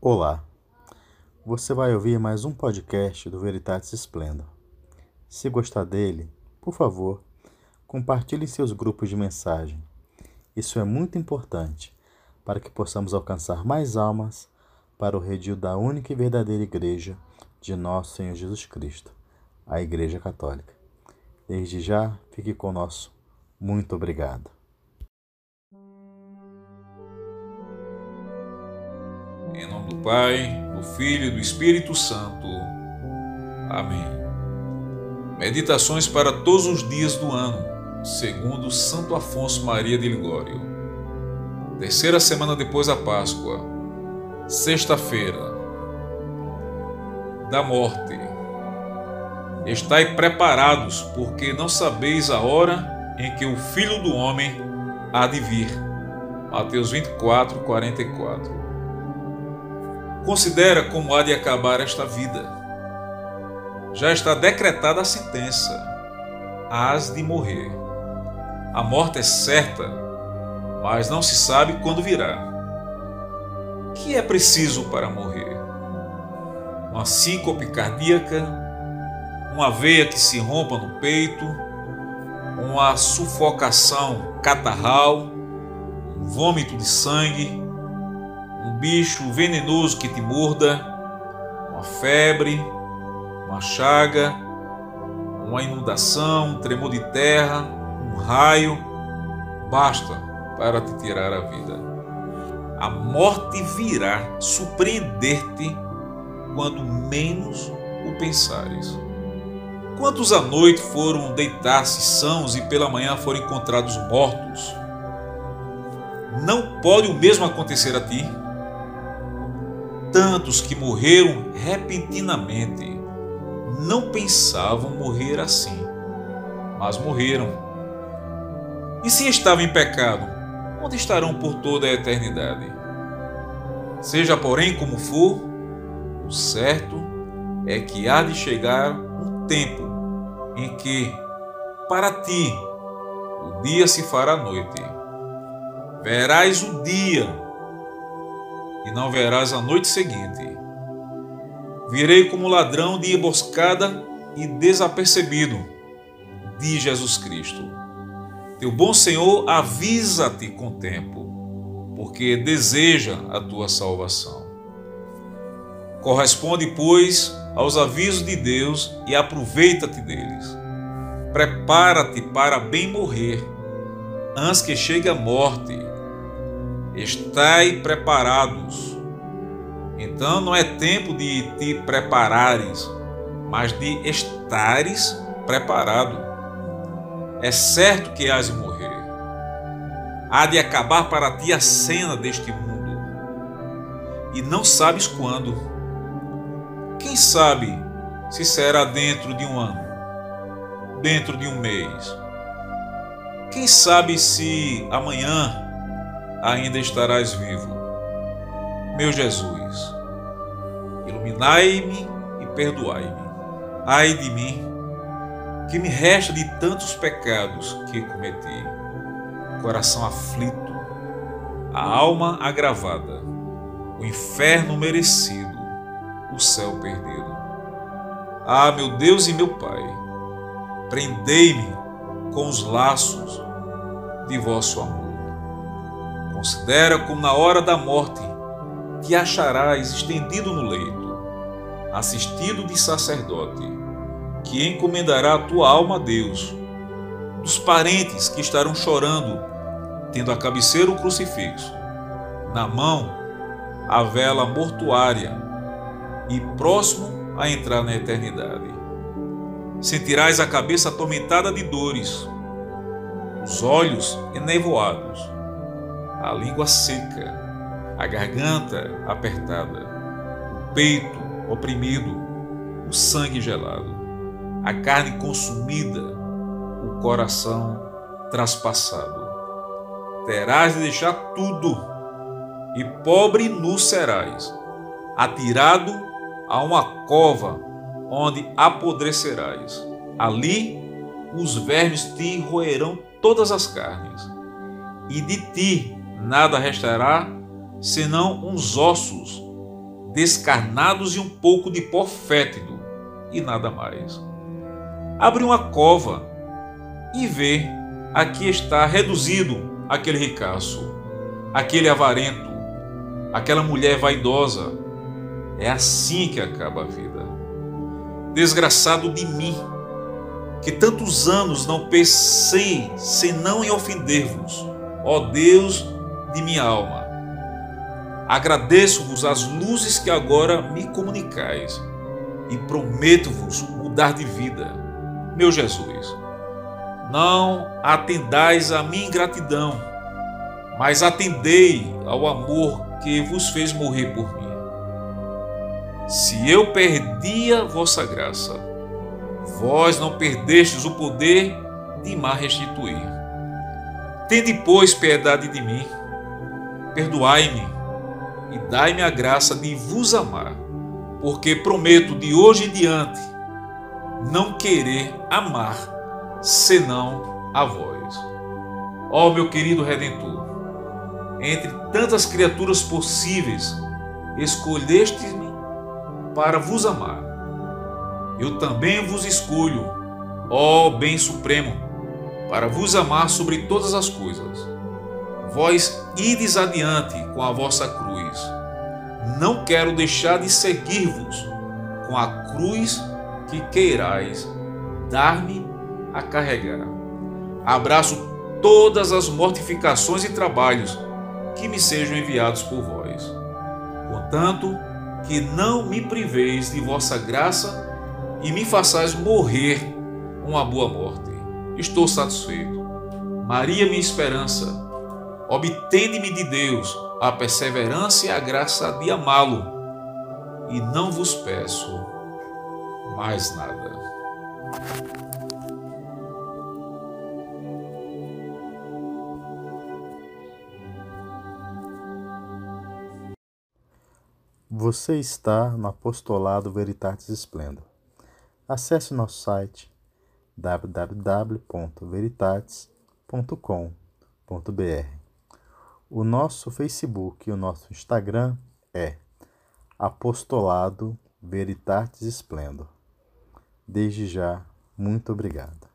Olá, você vai ouvir mais um podcast do Veritatis Splendor. Se gostar dele, por favor, compartilhe em seus grupos de mensagem. Isso é muito importante para que possamos alcançar mais almas para o redil da única e verdadeira igreja de nosso Senhor Jesus Cristo, a Igreja Católica. Desde já, fique conosco. Muito obrigado. Em nome do Pai, do Filho e do Espírito Santo. Amém. Meditações para todos os dias do ano, segundo Santo Afonso Maria de Ligório. Terceira semana depois da Páscoa, sexta-feira da morte. Estai preparados, porque não sabeis a hora em que o Filho do Homem há de vir. Mateus 24, 44. Considera como há de acabar esta vida. Já está decretada a sentença. Hás de morrer. A morte é certa, mas não se sabe quando virá. O que é preciso para morrer? Uma síncope cardíaca, uma veia que se rompa no peito, uma sufocação catarral, um vômito de sangue, um bicho venenoso que te morda, uma febre, uma chaga, uma inundação, um tremor de terra, um raio, basta para te tirar a vida. A morte virá surpreender-te quando menos o pensares. Quantos à noite foram deitar-se sãos e pela manhã foram encontrados mortos? Não pode o mesmo acontecer a ti? Tantos que morreram repentinamente não pensavam morrer assim, mas morreram. E se estavam em pecado, onde estarão por toda a eternidade? Seja, porém, como for, o certo é que há de chegar um tempo em que, para ti, o dia se fará noite. Verás o dia e não verás a noite seguinte. Virei como ladrão de emboscada e desapercebido, diz Jesus Cristo. Teu bom Senhor avisa-te com tempo, porque deseja a tua salvação. Corresponde, pois, aos avisos de Deus e aproveita-te deles. Prepara-te para bem morrer, antes que chegue a morte. Estai preparados. Então não é tempo de te preparares, mas de estares preparado. É certo que hás de morrer. Há de acabar para ti a cena deste mundo. E não sabes quando. Quem sabe se será dentro de um ano, dentro de um mês. Quem sabe se amanhã ainda estarás vivo. Meu Jesus, iluminai-me e perdoai-me. Ai de mim, que me resta de tantos pecados que cometi. Coração aflito, a alma agravada, o inferno merecido, o céu perdido. Ah, meu Deus e meu Pai, prendei-me com os laços de vosso amor. Considera como na hora da morte te acharás estendido no leito, assistido de sacerdote, que encomendará a tua alma a Deus, dos parentes que estarão chorando, tendo à cabeceira o crucifixo, na mão a vela mortuária e próximo a entrar na eternidade. Sentirás a cabeça atormentada de dores, os olhos enevoados, a língua seca, a garganta apertada, o peito oprimido, o sangue gelado, a carne consumida, o coração traspassado. Terás de deixar tudo, e pobre e nu serás, atirado a uma cova onde apodrecerás. Ali os vermes te roerão todas as carnes, e de ti nada restará senão uns ossos descarnados e um pouco de pó fétido, e nada mais. Abre uma cova e vê, aqui está reduzido aquele ricaço, aquele avarento, aquela mulher vaidosa. É assim que acaba a vida. Desgraçado de mim, que tantos anos não pensei senão em ofender-vos, ó Deus de minha alma. Agradeço-vos as luzes que agora me comunicais e prometo-vos mudar de vida, meu Jesus. Não atendais à minha ingratidão, mas atendei ao amor que vos fez morrer por mim. Se eu perdi a vossa graça, vós não perdestes o poder de me restituir. Tende, pois, piedade de mim, perdoai-me e dai-me a graça de vos amar, porque prometo de hoje em diante não querer amar senão a vós. Ó meu querido Redentor, entre tantas criaturas possíveis, escolheste-me para vos amar. Eu também vos escolho, ó bem supremo, para vos amar sobre todas as coisas. Vós ides adiante com a vossa cruz. Não quero deixar de seguir-vos com a cruz que queirais dar-me a carregar. Abraço todas as mortificações e trabalhos que me sejam enviados por vós. Contanto que não me priveis de vossa graça e me façais morrer uma boa morte. Estou satisfeito. Maria, minha esperança, obtende-me de Deus a perseverança e a graça de amá-lo, e não vos peço mais nada. Você está no Apostolado Veritatis Splendor. Acesse nosso site www.veritatis.com.br. O nosso Facebook e o nosso Instagram é Apostolado Veritatis Splendor. Desde já, muito obrigado.